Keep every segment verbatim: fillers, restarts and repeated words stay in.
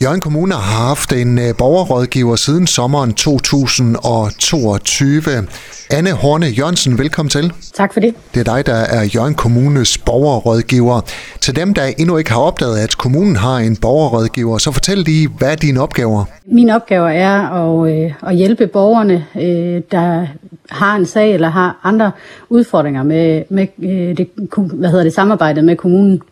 Hjørring Kommune har haft en borgerrådgiver siden sommeren to tusind og toogtyve. Anne Horne Jørgensen, velkommen til. Tak for det. Det er dig, der er Hjørring Kommunes borgerrådgiver. Til dem, der endnu ikke har opdaget, at kommunen har en borgerrådgiver, så fortæl lige, hvad er dine opgaver? Mine opgaver er at, øh, at hjælpe borgerne, øh, der har en sag eller har andre udfordringer med, med øh, det, hvad hedder det, samarbejdet med kommunen.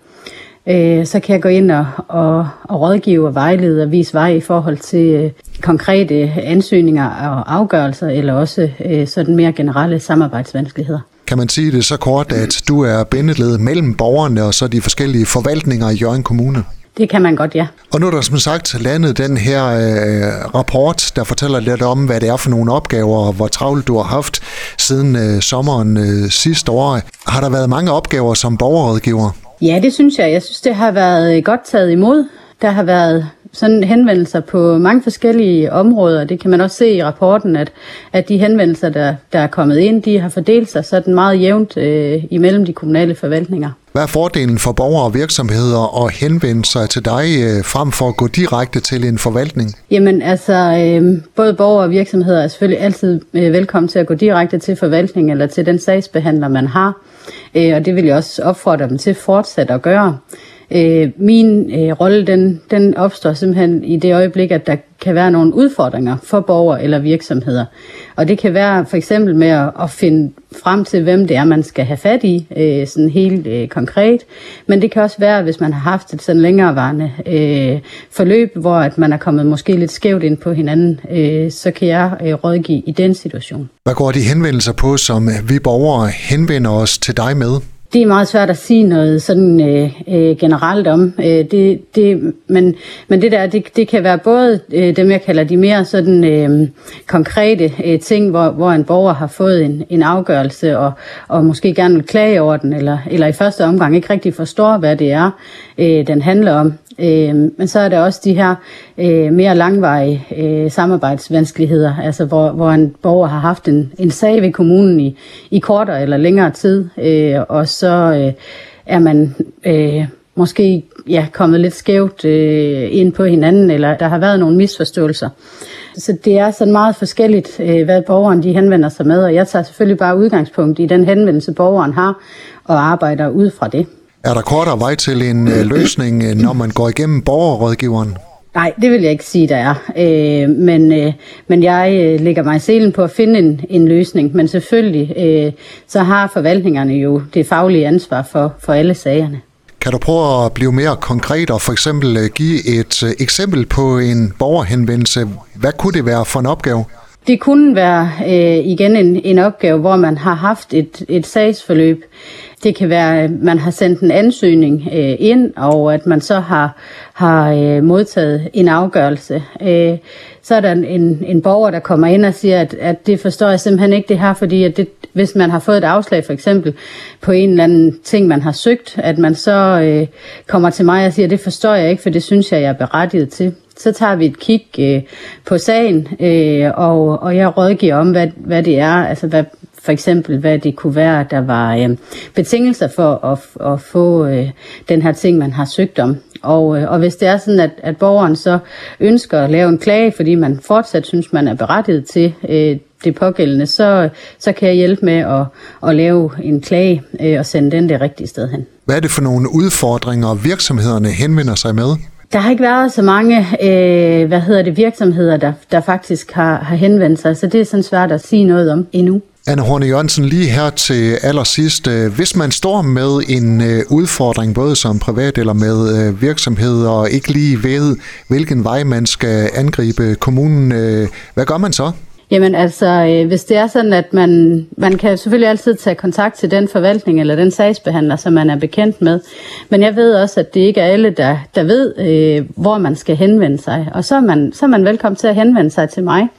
Så kan jeg gå ind og, og, og rådgive og vejlede og vise vej i forhold til øh, konkrete ansøgninger og afgørelser, eller også øh, sådan mere generelle samarbejdsvanskeligheder. Kan man sige det så kort, at du er bindeled mellem borgerne og så de forskellige forvaltninger i Hjørring Kommune? Det kan man godt, ja. Og nu er der som sagt landet den her øh, rapport, der fortæller lidt om, hvad det er for nogle opgaver, og hvor travlt du har haft siden øh, sommeren øh, sidste år. Har der været mange opgaver som borgerrådgiver? Ja, det synes jeg. Jeg synes, det har været godt taget imod. Der har været sådan henvendelser på mange forskellige områder. Det kan man også se i rapporten, at, at de henvendelser, der, der er kommet ind, de har fordelt sig sådan meget jævnt øh, imellem de kommunale forvaltninger. Hvad er fordelen for borgere og virksomheder at henvende sig til dig, øh, frem for at gå direkte til en forvaltning? Jamen altså, øh, både borgere og virksomheder er selvfølgelig altid øh, velkommen til at gå direkte til forvaltning eller til den sagsbehandler, man har. Øh, og det vil jeg også opfordre dem til fortsat at gøre. Øh, min øh, rolle, den, den opstår simpelthen i det øjeblik, at der kan være nogle udfordringer for borgere eller virksomheder. Og det kan være for eksempel med at, at finde frem til, hvem det er, man skal have fat i, øh, sådan helt øh, konkret. Men det kan også være, hvis man har haft et sådan længerevarende øh, forløb, hvor at man er kommet måske lidt skævt ind på hinanden, øh, så kan jeg øh, rådgive i den situation. Hvad går de henvendelser på, som vi borgere henvender os til dig med? Det er meget svært at sige noget sådan øh, øh, generelt om. Øh, det, det, men, men det der, det, det kan være både øh, dem, jeg kalder de mere sådan øh, konkrete øh, ting, hvor, hvor en borger har fået en, en afgørelse og, og måske gerne vil klage over den, eller, eller i første omgang ikke rigtig forstår, hvad det er, øh, den handler om. Øh, men så er der også de her øh, mere langvarige øh, samarbejdsvanskeligheder, altså hvor, hvor en borger har haft en, en sag ved kommunen i, i kortere eller længere tid, øh, og så øh, er man øh, måske ja, kommet lidt skævt øh, ind på hinanden, eller der har været nogle misforståelser. Så det er sådan meget forskelligt, øh, hvad borgeren de henvender sig med, og jeg tager selvfølgelig bare udgangspunkt i den henvendelse, borgeren har, og arbejder ud fra det. Er der kortere vej til en øh, løsning, når man går igennem borgerrådgiveren? Nej, det vil jeg ikke sige, der er. Øh, men, øh, men jeg øh, lægger mig i selen på at finde en, en løsning. Men selvfølgelig, øh, så har forvaltningerne jo det faglige ansvar for, for alle sagerne. Kan du prøve at blive mere konkret og for eksempel give et øh, eksempel på en borgerhenvendelse? Hvad kunne det være for en opgave? Det kunne være øh, igen en, en opgave, hvor man har haft et, et sagsforløb. Det kan være, at man har sendt en ansøgning øh, ind, og at man så har, har øh, modtaget en afgørelse. Øh, så er der en, en borger, der kommer ind og siger, at, at det forstår jeg simpelthen ikke det her, fordi at det, hvis man har fået et afslag for eksempel på en eller anden ting, man har søgt, at man så øh, kommer til mig og siger, at det forstår jeg ikke, for det synes jeg, jeg er berettiget til. Så tager vi et kig øh, på sagen, øh, og, og jeg rådgiver om, hvad, hvad det er, altså hvad, for eksempel hvad det kunne være, at der var øh, betingelser for at, at få øh, den her ting, man har søgt om. Og, øh, og hvis det er sådan, at, at borgeren så ønsker at lave en klage, fordi man fortsat synes, man er berettiget til øh, det pågældende, så, så kan jeg hjælpe med at, at lave en klage øh, og sende den det rigtige sted hen. Hvad er det for nogle udfordringer, virksomhederne henvender sig med? Der har ikke været så mange øh, hvad hedder det, virksomheder, der, der faktisk har, har henvendt sig, så det er sådan svært at sige noget om endnu. Anne Horne Jørgensen, lige her til allersidst. Hvis man står med en udfordring, både som privat eller med virksomhed, og ikke lige ved, hvilken vej man skal angribe kommunen, hvad gør man så? Jamen altså, hvis det er sådan, at man, man kan selvfølgelig altid tage kontakt til den forvaltning eller den sagsbehandler, som man er bekendt med. Men jeg ved også, at det ikke er alle, der, der ved, øh, hvor man skal henvende sig. Og så er, man, så er man velkommen til at henvende sig til mig.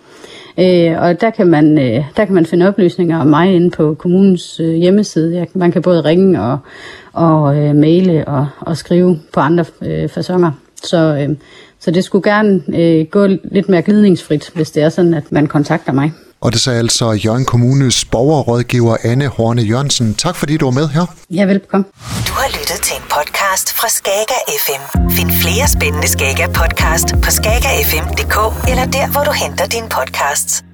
Øh, og der kan, man, øh, der kan man finde oplysninger om mig inde på kommunens øh, hjemmeside. Jeg, man kan både ringe og, og øh, maile og, og skrive på andre øh, faconer. Så, øh, så det skulle gerne øh, gå lidt mere glidningsfrit, hvis det er sådan, at man kontakter mig. Og det sagde altså Hjørring Kommunes borgerrådgiver Anne Horne Jørgensen. Tak fordi du var med her. Ja, velkommen. Du har lyttet til en podcast fra Skager F M. Find flere spændende Skager podcast på skager f m punktum d k eller der, hvor du henter dine podcasts.